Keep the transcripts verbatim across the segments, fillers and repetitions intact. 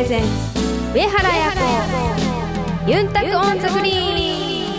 レゼンツ上原彩子ユンタクオンザグリーン。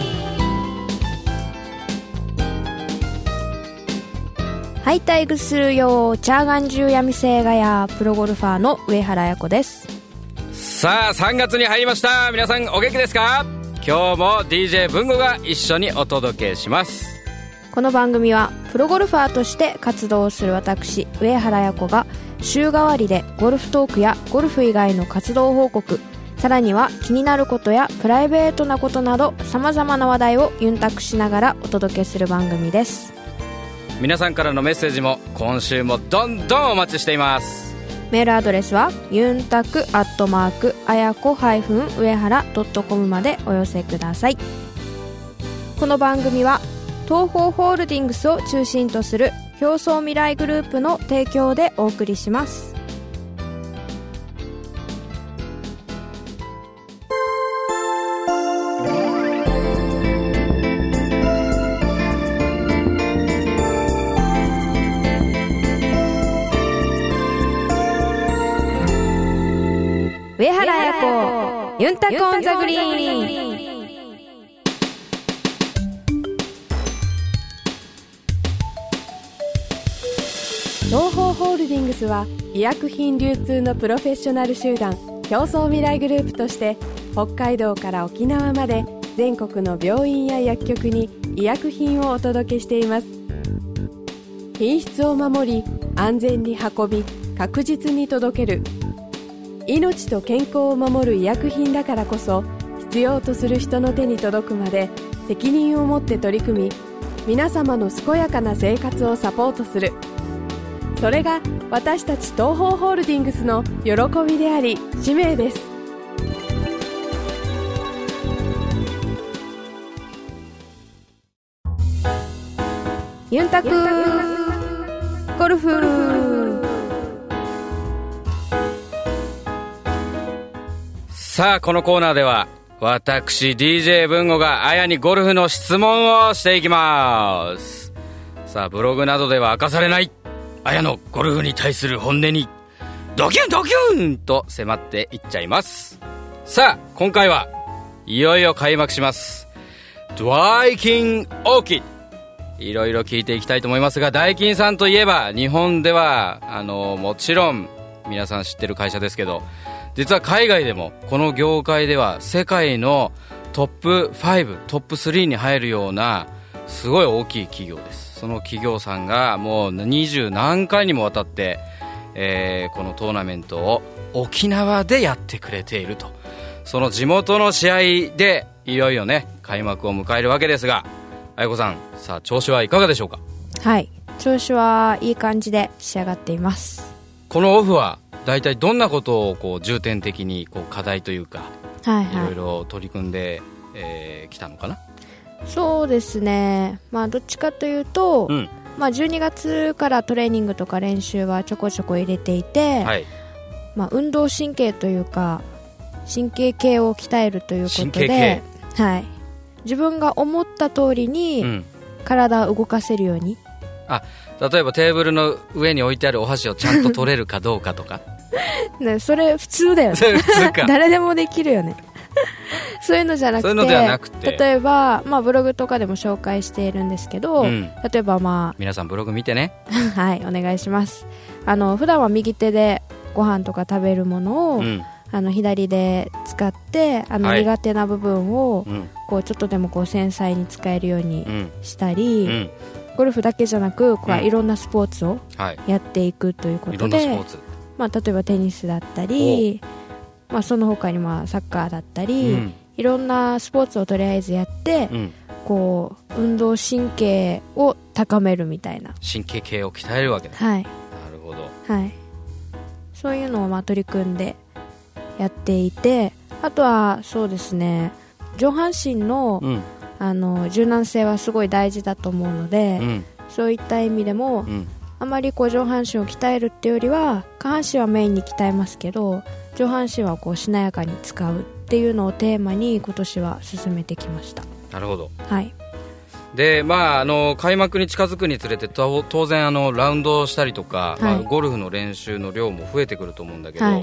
はい、退屈するよチャーガンジュヤミセイガヤプロゴルファーの上原彩子です。 さあさんがつに入りました。皆さんお元気ですか？今日も ディージェー 文吾が一緒にお届けします。 この番組はプロゴルファーとして活動する私上原彩子が週替わりでゴルフトークやゴルフ以外の活動報告、さらには気になることやプライベートなことなどさまざまな話題をユンタクしながらお届けする番組です。 皆さんからのメッセージも今週もどんどんお待ちしています。 メールアドレスはユンタクアットマークあやこ上原ドットコムまでお寄せください。この番組は東方ホールディングスを中心とする競争未来グループの提供でお送りします。上原彩子ユンタクオンザグリーン。 東方ホールディングスは医薬品流通のプロフェッショナル集団競争未来グループとして北海道から沖縄まで全国の病院や薬局に医薬品をお届けしています。品質を守り安全に運び確実に届ける、命と健康を守る医薬品だからこそ必要とする人の手に届くまで責任を持って取り組み、皆様の健やかな生活をサポートする、それが私たち東方ホールディングスの喜びであり使命です。 ユンタクゴルフ。 さあこのコーナーでは私 ディージェー 文吾があやにゴルフの質問をしていきます。さあブログなどでは明かされないあやのゴルフに対する本音にドキュンドキュンと迫っていっちゃいます。さあ今回はいよいよ開幕しますダイキンオーキッド。いろいろ聞いていきたいと思いますが、ダイキンさんといえば日本ではあのもちろん皆さん知ってる会社ですけど、実は海外でもこの業界では世界のトップご、トップスリーに入るようなすごい大きい企業です。その企業さんがもう二十何回にもわたって、えー、このトーナメントを沖縄でやってくれていると。その地元の試合でいよいよね開幕を迎えるわけですが、あやこさん、さあ調子はいかがでしょうか？ はい、調子はいい感じで仕上がっています。 このオフはだいたいどんなことをこう重点的にこう課題というか、はいはい、いろいろ取り組んでき、えー、たのかな？ そうですね、まあ、どっちかというと、うんまあ、じゅうにがつからトレーニングとか練習はちょこちょこ入れていて、はいまあ、運動神経というか神経系を鍛えるということで、はい、自分が思った通りに体を動かせるように、 うん、あ例えばテーブルの上に置いてあるお箸をちゃんと取れるかどうかとかね、それ普通だよね普通か誰でもできるよねそういうのじゃなくて、そういうのではなくて例えば、まあ、ブログとかでも紹介しているんですけど、うん、例えば、まあ、 皆さんブログ見てねはいお願いします。あの普段は右手でご飯とか食べるものを、うん、あの左で使ってあの、はい、苦手な部分を、うん、こうちょっとでもこう繊細に使えるようにしたり、うんうんゴルフだけじゃなくこう、うん、いろんなスポーツをやっていくということで、はいまあ、例えばテニスだったり、まあ、その他にまあサッカーだったり、うん、いろんなスポーツをとりあえずやって、うん、こう運動神経を高めるみたいな神経系を鍛えるわけです、 はい、 なるほど、 はい、そういうのをまあ取り組んでやっていて、あとはそうですね上半身の、うんあの柔軟性はすごい大事だと思うので、うん、そういった意味でも、うん、あまりこう上半身を鍛えるっていうよりは下半身はメインに鍛えますけど上半身はこうしなやかに使うっていうのをテーマに今年は進めてきました。 なるほど、 はい、 で、まあ、あの開幕に近づくにつれて当然あのラウンドしたりとか、はいまあ、ゴルフの練習の量も増えてくると思うんだけど、はい、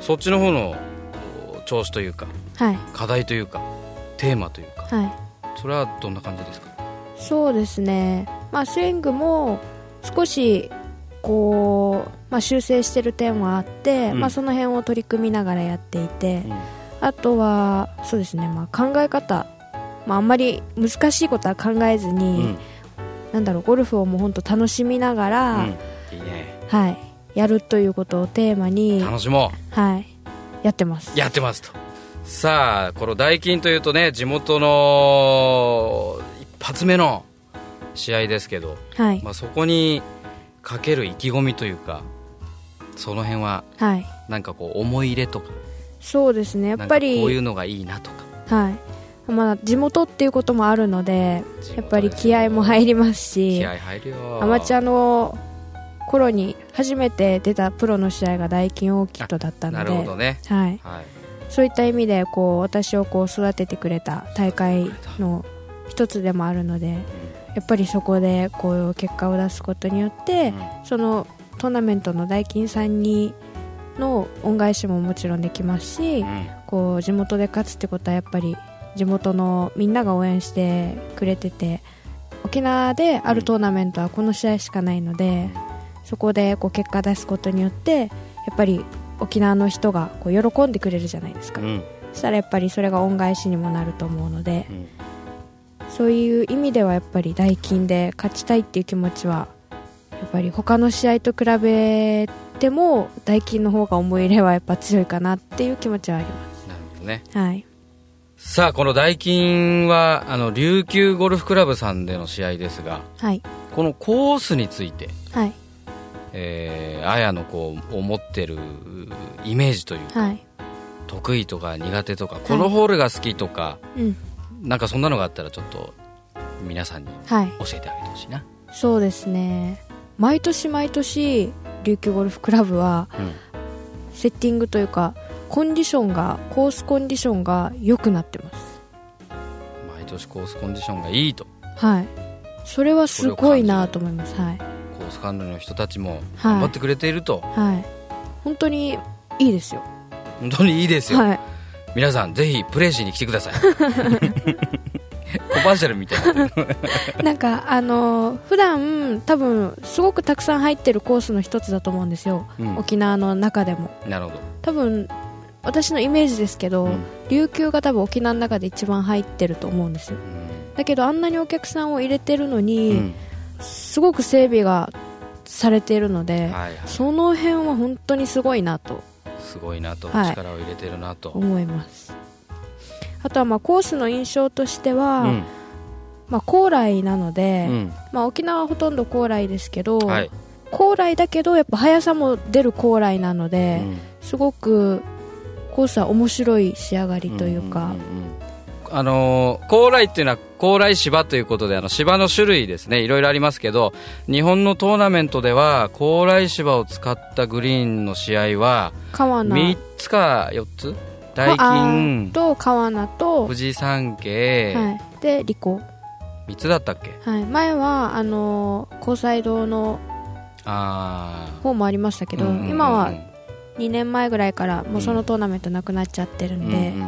そっちの方の調子というか、 はい、 課題というかテーマというか、 はい、 それはどんな感じですか？ そうですね、まあ、スイングも少しこう、まあ、修正してる点はあって、うん、まあ、その辺を取り組みながらやっていて、うん、あとはそうですね、まあ、考え方、まあ、あんまり難しいことは考えずに、うん、なんだろう、ゴルフをもう本当楽しみながら、うん、いいね、はい、やるということをテーマに楽しもう、はい、やってますやってますと。さあこのダイキンというとね、地元の一発目の試合ですけど、はい、まあ、そこにかける意気込みというか、その辺はなんかこう思い入れとか、はい、そうですね、やっぱりこういうのがいいなとか、はい、まあ、地元っていうこともあるので、やっぱり気合も入りますし、気合入るよ。アマチュアの頃に初めて出たプロの試合がダイキンオーキッドだったので、なるほどね、はい、はい、そういった意味でこう私をこう育ててくれた大会の一つでもあるので、うん、やっぱりそこでこういう結果を出すことによって、うん、そのトーナメントのダイキンさんにの恩返しももちろんできますし、うん、こう地元で勝つってことはやっぱり地元のみんなが応援してくれてて、沖縄であるトーナメントはこの試合しかないので、うん、そこでこう結果出すことによってやっぱり沖縄の人がこう喜んでくれるじゃないですか、うん、そしたらやっぱりそれが恩返しにもなると思うので、うん、そういう意味ではやっぱりダイキンで勝ちたいっていう気持ちはやっぱり他の試合と比べてもダイキンの方が思い入れはやっぱ強いかなっていう気持ちはあります。 なるほどね、 はい、 さあこのダイキンはあの琉球ゴルフクラブさんでの試合ですが、はい、このコースについて、はい、えー、あやのこう思ってるイメージというか、はい、得意とか苦手とか、このホールが好きとか、うん、なんかそんなのがあったらちょっと皆さんに教えてあげてほしいな、はい、 そうですね、毎年毎年琉球ゴルフクラブは、うん、セッティングというかコンディションがコースコンディションが良くなってます。 毎年コースコンディションがいいと、 はい、それはすごいなと思います。はい、 コース管理の人たちも頑張ってくれていると、 はいはい、本当にいいですよ。 本当にいいですよ、はい、皆さんぜひプレーしに来てくださいコマーシャルみたいななんかあの普段多分すごくたくさん入ってるコースの一つだと思うんですよ、うん、沖縄の中でも。なるほど。多分私のイメージですけど、うん、琉球が多分沖縄の中で一番入ってると思うんですよ、うん、だけどあんなにお客さんを入れてるのに、うん、すごく整備がされているので、はいはい、その辺は本当にすごいなとすごいなと、はい、力を入れてるなと思います。あとはまあコースの印象としては、うん、まあ、高麗なので、うん、まあ、沖縄はほとんど高麗ですけど、はい、高麗だけどやっぱ速さも出る高麗なので、うん、すごくコースは面白い仕上がりというか、うんうんうんうん、 あのー、高麗っていうのは高麗芝ということで、あの芝の種類ですね、いろいろありますけど、日本のトーナメントでは高麗芝を使ったグリーンの試合はみっつかよっつ、ダイキンと川名と富士山系、 はい、でリコみっつだったっけ、 はい、前はあのー、高裁堂の方もありましたけど、うんうんうんうん、今はにねんまえぐらいからもうそのトーナメントなくなっちゃってるんで、うんうんうんうん、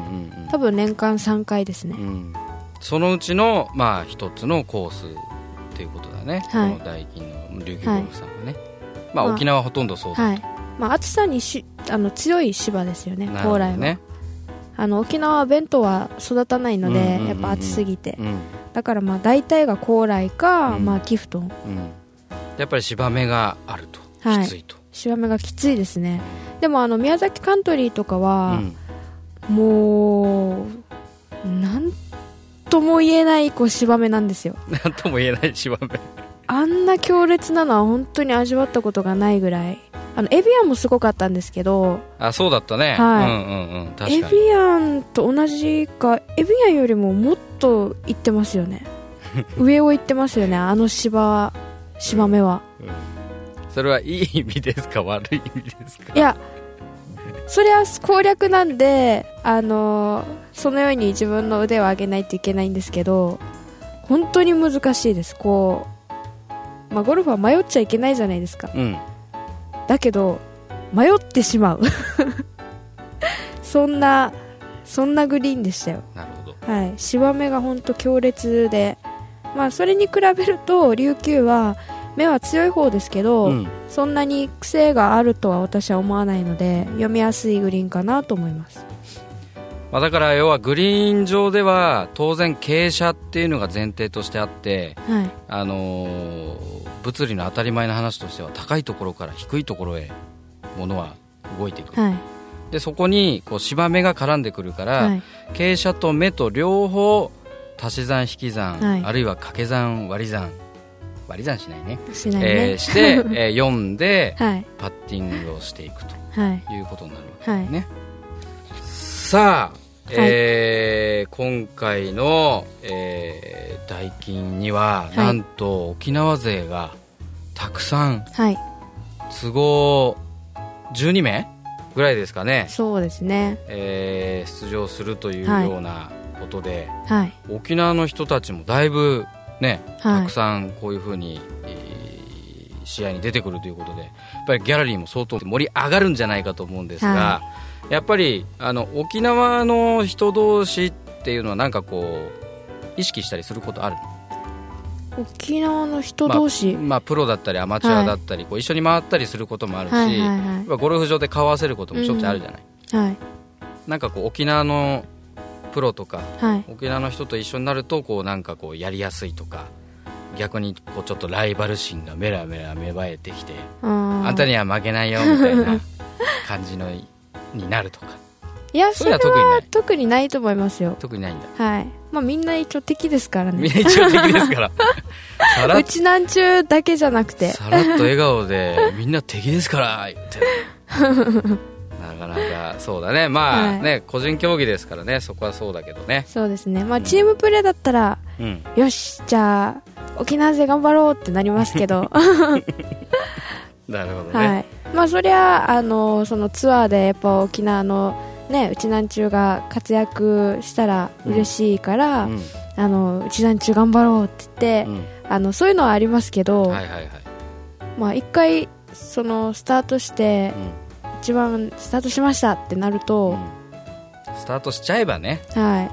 多分年間さんかいですね、うん、 そのうちのまあ一つのコースっていうことだね、はい、このダイキンの琉球ゴルフさんはね、はい、まあ、沖縄はほとんどそうだと、はい、 まあ、暑さにしあの強い芝ですよね、高麗はね。あの沖縄は弁当は育たないので、うんうんうんうん、やっぱ暑すぎて、うん、だからまあ大体が高麗か、うん、まあ、キフトン、うん、 やっぱり芝目があると、はい、きついと、 芝目がきついですね。でもあの宮崎カントリーとかは、うん、もうなんとも言えないこう芝目なんですよ。 なんとも言えない芝目あんな強烈なのは本当に味わったことがないぐらい。あのエビアンもすごかったんですけど、 あ、そうだったね、 はい、 うんうんうん、確かにエビアンと同じか、エビアンよりももっといってますよね上をいってますよね、あの芝芝目は、うんうん、 それはいい意味ですか悪い意味ですか。 いや、それは攻略なんで、あのそのように自分の腕を上げないといけないんですけど、本当に難しいです。こう、まあ、ゴルフは迷っちゃいけないじゃないですか、うん、だけど迷ってしまうそんなそんなグリーンでしたよ。 なるほど。 はい、芝目が本当強烈で、まあ、それに比べると琉球は目は強い方ですけど、うん、そんなに癖があるとは私は思わないので読みやすいグリーンかなと思います。 まあ、だから要はグリーン上では当然傾斜っていうのが前提としてあって、はい、あのー、物理の当たり前の話としては高いところから低いところへ物は動いていく、はい、でそこにこう芝目が絡んでくるから、はい、傾斜と目と両方足し算引き算、はい、あるいは掛け算割り算割り算しないねしないね、 えー、して、えー、読んで、はい、パッティングをしていくということになるわけですね、はい、さあ、えーはい、今回の、えー、ダイキンには、はい、なんと沖縄勢がたくさん、はい、都合じゅうにめいぐらいですかね。 そうですね、 えー、出場するというようなことで、はい、沖縄の人たちもだいぶね、はい、たくさんこういう風に、えー、試合に出てくるということでやっぱりギャラリーも相当盛り上がるんじゃないかと思うんですが、はい、やっぱりあの沖縄の人同士っていうのはなんかこう意識したりすることあるの？ 沖縄の人同士、 まあまあ、プロだったりアマチュアだったり、はい、こう一緒に回ったりすることもあるし、はいはいはい、ゴルフ場で顔合わせることもしょっちゅうあるじゃない、うんはい、なんかこう沖縄のプロとか、はい、沖縄の人と一緒になるとこうなんかこうやりやすいとか逆にこうちょっとライバル心がメラメラ芽生えてきて あ, あんたには負けないよみたいな感じのになるとかいやそれは特にない、特にないと思いますよ。 特にないんだ、 はい、まあ、みんな一応敵ですからね。 みんな一応敵ですからさうちなんちゅうだけじゃなくてさらっと笑顔でみんな敵ですから言ってなかなかそうだね、まあね、はい、個人競技ですからね、そこはそうだけどね。 そうですね、まあ、チームプレーだったら、うん、よしじゃあ沖縄勢頑張ろうってなりますけどなるほどね、 はい、まあそりゃあのそのツアーでやっぱ沖縄のねうちなんちゅうが活躍したら嬉しいから、うん、あのうちなんちゅう頑張ろうって言って、うん、あのそういうのはありますけど、はいはいはい、まあ一回そのスタートして、うん、一番スタートしましたってなると、うん、 スタートしちゃえばね、 はい、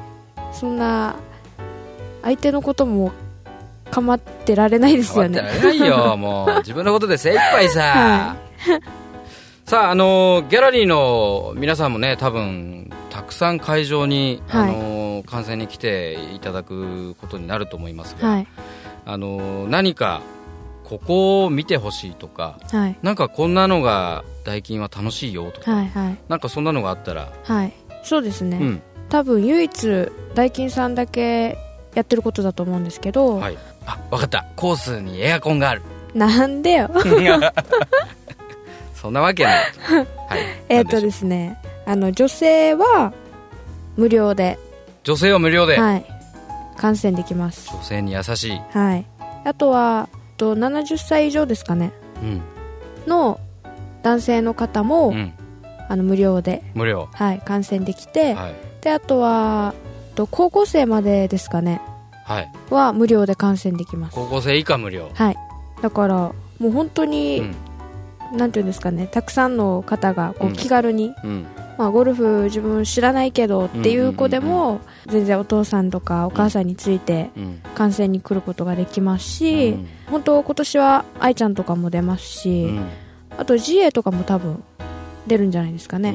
そんな相手のことも構ってられないですよね。 構ってられないよもう自分のことで精一杯さ、はいさあ、あのギャラリーの皆さんもね多分たくさん会場に、はい、あの観戦に来ていただくことになると思いますが、はい、あの何かここを見てほしいとか、はい、なんかこんなのがダイキンは楽しいよとか、はいはい、なんかそんなのがあったら、 はい、そうですね、うん、多分唯一ダイキンさんだけやってることだと思うんですけど、はい、 あ、分かった、コースにエアコンがある。 なんでよそんなわけない、はい、 えっとですね、あの女性は無料で、 女性は無料で、 はい、観戦できます。 女性に優しい、 はい、あとはとななじゅっさい以上ですかね、うん、の男性の方も、うん、あの無料で無料、 はい、観戦できて、はい、であとはと高校生までですかね、はい、は無料で観戦できます。 高校生以下無料、 はい、だからもう本当に、うんなんていうんですかね、たくさんの方がこう気軽に、うんうんまあ、ゴルフ自分知らないけどっていう子でも全然お父さんとかお母さんについて観戦に来ることができますし、うん、本当今年は愛ちゃんとかも出ますし、うん、あと ジーエー とかも多分出るんじゃないですかね、うん、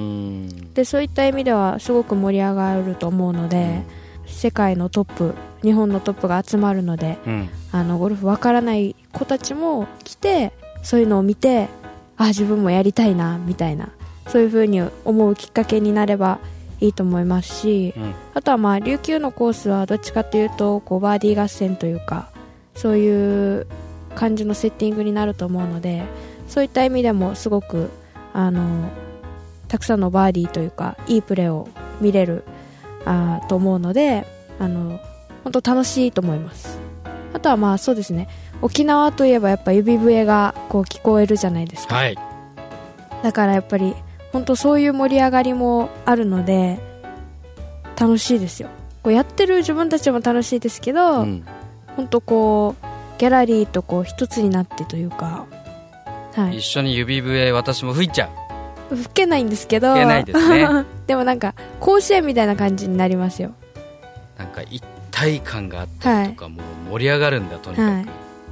でそういった意味ではすごく盛り上がると思うので、うん、世界のトップ、日本のトップが集まるので、うん、あのゴルフわからない子たちも来てそういうのを見てあ自分もやりたいなみたいな、そういう風に思うきっかけになればいいと思いますし、うん、あとはまあ琉球のコースはどっちかというとこうバーディー合戦というかそういう感じのセッティングになると思うので、そういった意味でもすごくあのたくさんのバーディーというかいいプレーを見れるあと思うので、あの本当楽しいと思います。あとはまあそうですね、沖縄といえばやっぱ指笛がこう聞こえるじゃないですか、はい、だからやっぱり本当そういう盛り上がりもあるので楽しいですよ。こうやってる自分たちも楽しいですけど、うん、本当こうギャラリーとこう一つになってというか、 はい、一緒に指笛私も吹いちゃ吹けないんですけど、 吹けないですねでもなんか甲子園みたいな感じになりますよ。 なんか一体感があったりとか、はい、もう盛り上がるんだとにかく、はい、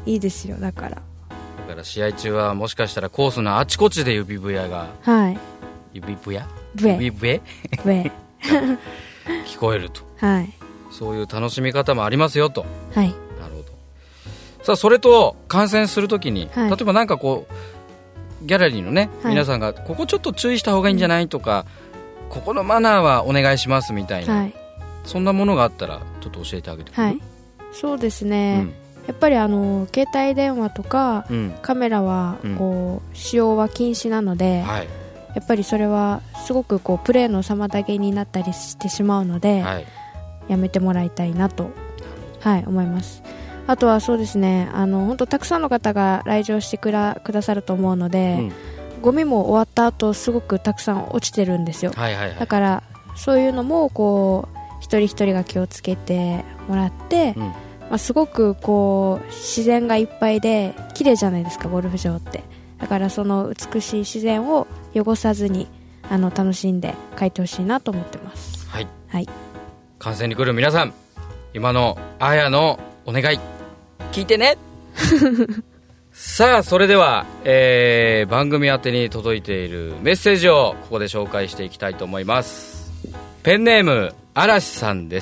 いいですよ。だからだから試合中はもしかしたらコースのあちこちで指笛が、 はい、 指笛笛指笛笛聞こえると、 はい、 そういう楽しみ方もありますよと。 はい、 なるほど。さあそれと観戦するときに、はい、例えばなんかこうギャラリーのね、はい、皆さんがここちょっと注意した方がいいんじゃないとか、うん、ここのマナーはお願いしますみたいな、はい、そんなものがあったらちょっと教えてあげてくれる？はい、 そうですね、うん、やっぱりあの携帯電話とか、うん、カメラはこう、うん、使用は禁止なので、はい、やっぱりそれはすごくこうプレーの妨げになったりしてしまうので、はい、やめてもらいたいなと、はい、思います。あとはそうですね、あの本当たくさんの方が来場してくらくださると思うので、うん、ゴミも終わった後すごくたくさん落ちてるんですよ、はいはいはい、だからそういうのもこう一人一人が気をつけてもらって、うん、まあ、すごくこう自然がいっぱいで綺麗じゃないですかゴルフ場って。だからその美しい自然を汚さずにあの楽しんで帰ってほしいなと思ってます。 はい、 はい、 観戦に来る皆さん、今のあやのお願い聞いてねさあそれでは、えー、番組宛てに届いているメッセージをここで紹介していきたいと思います。ペンネーム嵐さんです。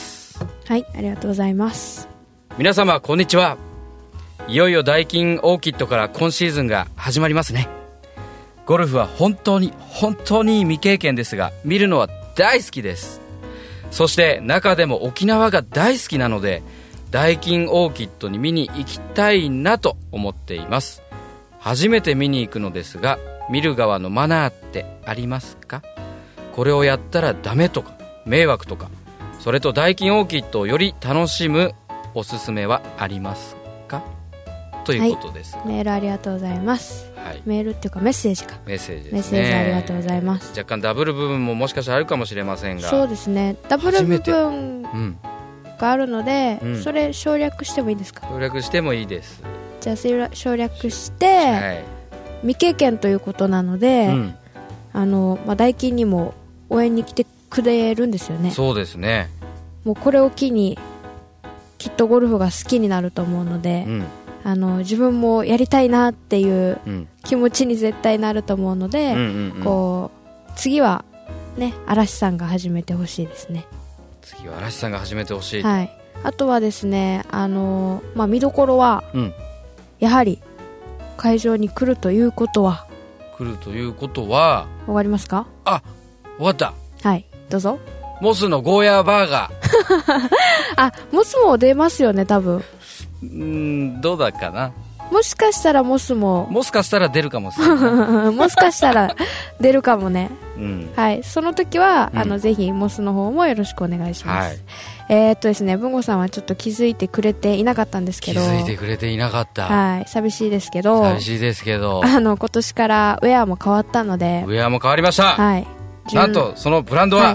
はい、ありがとうございます。 皆様こんにちは。いよいよダイキンオーキッドから今シーズンが始まりますね。ゴルフは本当に本当に未経験ですが見るのは大好きです。そして中でも沖縄が大好きなのでダイキンオーキッドに見に行きたいなと思っています。初めて見に行くのですが見る側のマナーってありますか？これをやったらダメとか迷惑とか、それとダイキンオーキッドをより楽しむおすすめはありますか？ということです、 はい、メールありがとうございます、はい、メールっていうかメッセージかメッセージですね。 メッセージありがとうございます。 若干ダブル部分ももしかしたらあるかもしれませんが、 そうですね、ダブル部分があるので、うん、それ省略してもいいですか？ 省略してもいいです。 じゃあ省略して、はい、未経験ということなので、うん、あのまあ、ダイキンにも応援に来てくれるんですよね。 そうですね。 もうこれを機にきっとゴルフが好きになると思うので、うん、あの自分もやりたいなっていう気持ちに絶対なると思うので、うんうんうん、こう次はね嵐さんが始めてほしいですね。 次は嵐さんが始めてほしい、 はい、あとはですね、あの、まあ、見どころは、うん、やはり会場に来るということは来るということはわかりますか？ あ、わかった。 はい、どうぞ。 モスのゴーヤーバーガーあ、モスも出ますよね多分。 うーん、どうだかな。 もしかしたらモスももしかしたら出るかもしれないもしかしたら出るかもね、 うん、 はい、その時は、うん、あのぜひモスの方もよろしくお願いします、はい、えー、っとですね文吾さんはちょっと気づいてくれていなかったんですけど、 気づいてくれていなかった、 はい、寂しいですけど寂しいですけどあの今年からウェアも変わったので、 ウェアも変わりました、 はい、 なんとそのブランドは、はい、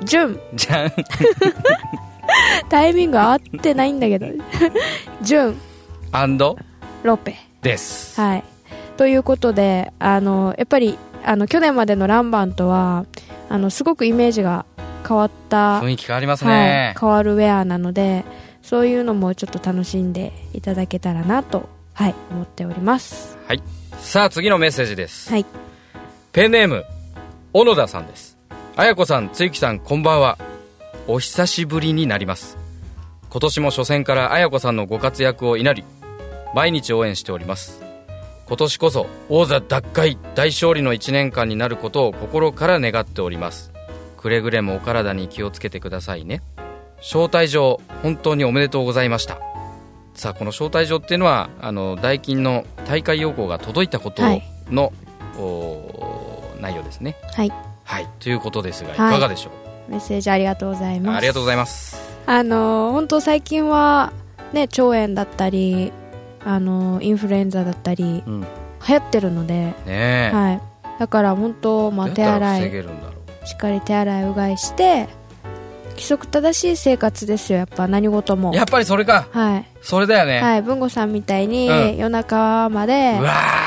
ジュンじゃんタイミング合ってないんだけどジュンアンドロペです、 はい、ということであのやっぱりあの去年までのランバンとはあのすごくイメージが変わった雰囲気変わりますね、 はい、変わるウェアなのでそういうのもちょっと楽しんでいただけたらなと、はい、思っております、 はい、さあ次のメッセージです、 はい、 ペンネーム小野田さんです。あやこさん、つゆきさん、こんばんは。お久しぶりになります。今年も初戦からあやこさんのご活躍を祈り毎日応援しております。今年こそ王座奪回大勝利のいちねんかんになることを心から願っております。くれぐれもお体に気をつけてくださいね。招待状本当におめでとうございました。さあこの招待状っていうのはあのダイキンの大会要項が届いたことの、はい、内容ですね。 はい、 はい、ということですがいかがでしょう、はい、 メッセージありがとうございます。 ありがとうございます。 あの本当最近はね腸炎だったりあのインフルエンザだったり、うん、流行ってるので、 ね、 はい、だから本当、まあ、手洗いしっかり手洗いうがいして規則正しい生活ですよ。やっぱ何事もやっぱりそれか、 はい、 それだよね。 はい、文吾さんみたいに、うん、夜中までうわ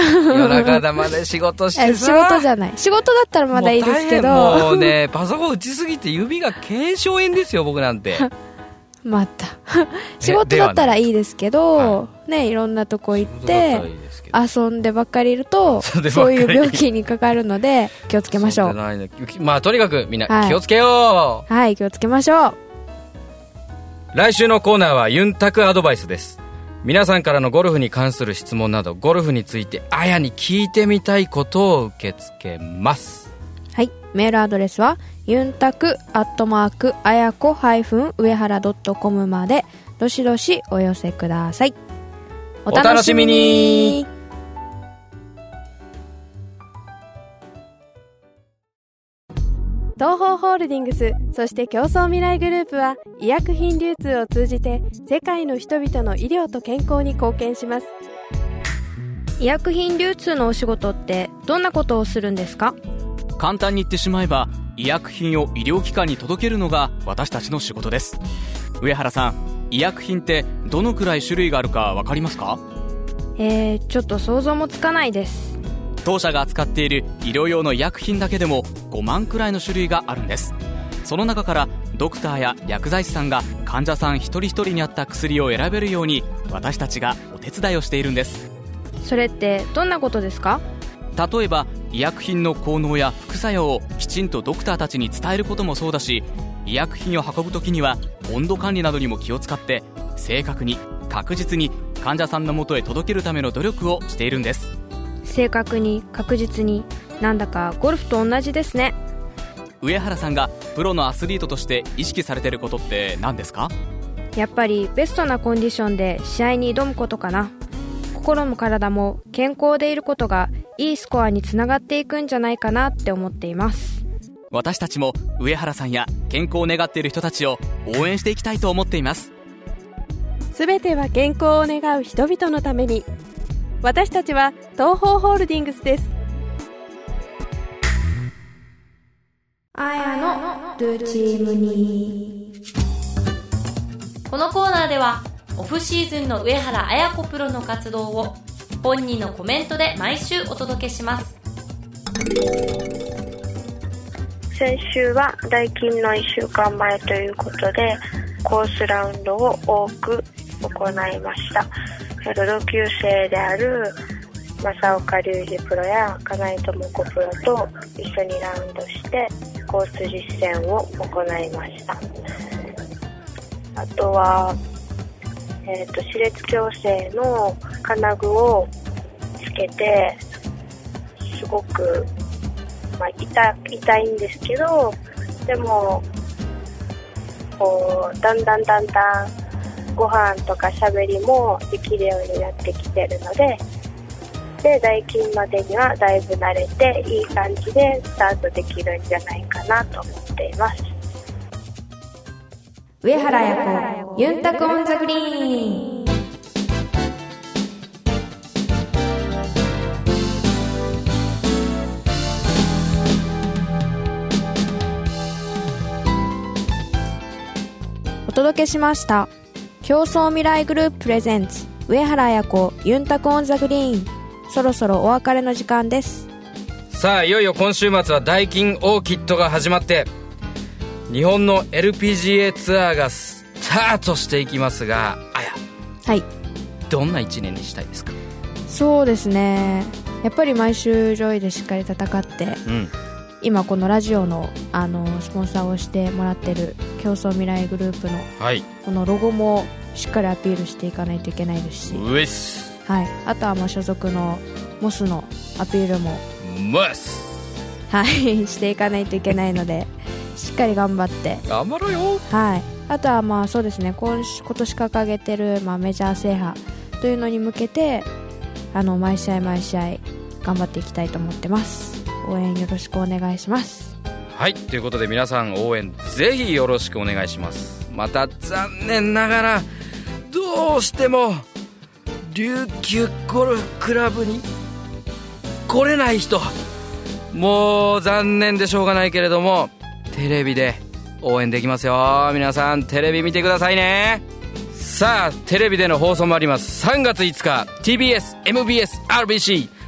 夜中まで仕事してさ。 仕事じゃない。仕事だったらまだいいですけど。 もう, もうね、パソコン打ちすぎて指が腱鞘炎ですよ、僕なんて。 また。仕事だったらいいですけど、はい、ね、いろんなとこ行って、遊んでばっかりいると、そういう病気にかかるので、気をつけましょう。 まあ、とにかくみんな気をつけよう。はい、はい、気をつけましょう。 来週のコーナーはユンタクアドバイスです。皆さんからのゴルフに関する質問など、ゴルフについてあやに聞いてみたいことを受け付けます。 はい、メールアドレスはユンタクアットマークあやこ上原ドットコムまでどしどしお寄せください。お楽しみに。 東方ホールディングス、そして競争未来グループは医薬品流通を通じて世界の人々の医療と健康に貢献します。 医薬品流通のお仕事ってどんなことをするんですか？ 簡単に言ってしまえば、医薬品を医療機関に届けるのが私たちの仕事です。上原さん、医薬品ってどのくらい種類があるか分かりますか？ えー、ちょっと想像もつかないです。 当社が扱っている医療用の医薬品だけでもごまんくらいの種類があるんです。その中からドクターや薬剤師さんが患者さん一人一人に合った薬を選べるように、私たちがお手伝いをしているんです。 それってどんなことですか？ 例えば医薬品の効能や副作用をきちんとドクターたちに伝えることもそうだし、医薬品を運ぶときには温度管理などにも気を使って正確に確実に患者さんの元へ届けるための努力をしているんです。 正確に確実に、なんだかゴルフと同じですね。 上原さんがプロのアスリートとして意識されていることって何ですか？ やっぱりベストなコンディションで試合に挑むことかな。心も体も健康でいることがいいスコアにつながっていくんじゃないかなって思っています。 私たちも上原さんや健康を願っている人たちを応援していきたいと思っています。 すべては健康を願う人々のために。私たちは東方ホールディングスです。 あやのルチームに。 このコーナーではオフシーズンの上原綾子プロの活動を本人のコメントで毎週お届けします。 先週はダイキンのいっしゅうかんまえということで、コースラウンドを多く行いました。同級生である正岡隆二プロや金井智子プロと一緒にラウンドしてコース実践を行いました。あとは、えーと、歯列矯正の金具をつけてすごく、まあ、痛、痛いんですけど、でもこうだんだんだんだんご飯とか喋りもできるようになってきてるので、で代金までにはだいぶ慣れていい感じでスタートできるんじゃないかなと思っています。 上原彩子ユンタクオンザグリーン。お届けしました競争未来グループプレゼンツ上原彩子ユンタクオンザグリーン。そろそろお別れの時間です。 さあいよいよ今週末はダイキンオーキッドが始まって日本の エルピージーエー ツアーがスタートしていきますが、あや、 はい、 どんないちねんにしたいですか？ そうですね、やっぱり毎週上位でしっかり戦って、うん、今このラジオ の, あのスポンサーをしてもらってる競争未来グループの、はい、このロゴもしっかりアピールしていかないといけないですし、 うっす、 はい、あとはもう所属のモスのアピールもモス、 はい、していかないといけないのでしっかり頑張って頑張ろうよ。 はい、あとはまあそうですね、今, 今年掲げてる、まあ、メジャー制覇というのに向けてあの毎試合毎試合頑張っていきたいと思ってます。応援よろしくお願いします。 はい、ということで皆さん応援ぜひよろしくお願いします。また残念ながらどうしても琉球ゴルフクラブに来れない人、もう残念でしょうがないけれどもテレビで応援できますよ。皆さんテレビ見てくださいね。さあテレビでの放送もあります。さんがついつか ティービーエス、エムビーエス、アールビーシー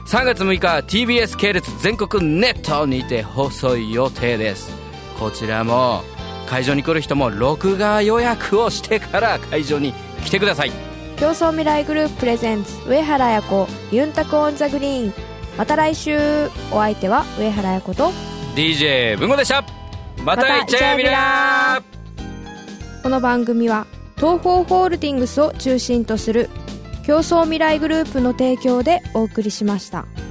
さんがつむいか ティービーエス 系列全国ネットにて放送予定です。こちらも会場に来る人も録画予約をしてから会場に来てください。 競争未来グループプレゼンツ上原彩子ユンタクオンザグリーン。また来週。お相手は上原彩子とディージェー 文吾でした。またいっちゃえみら。 この番組は東方ホールディングスを中心とする競争未来グループの提供でお送りしました。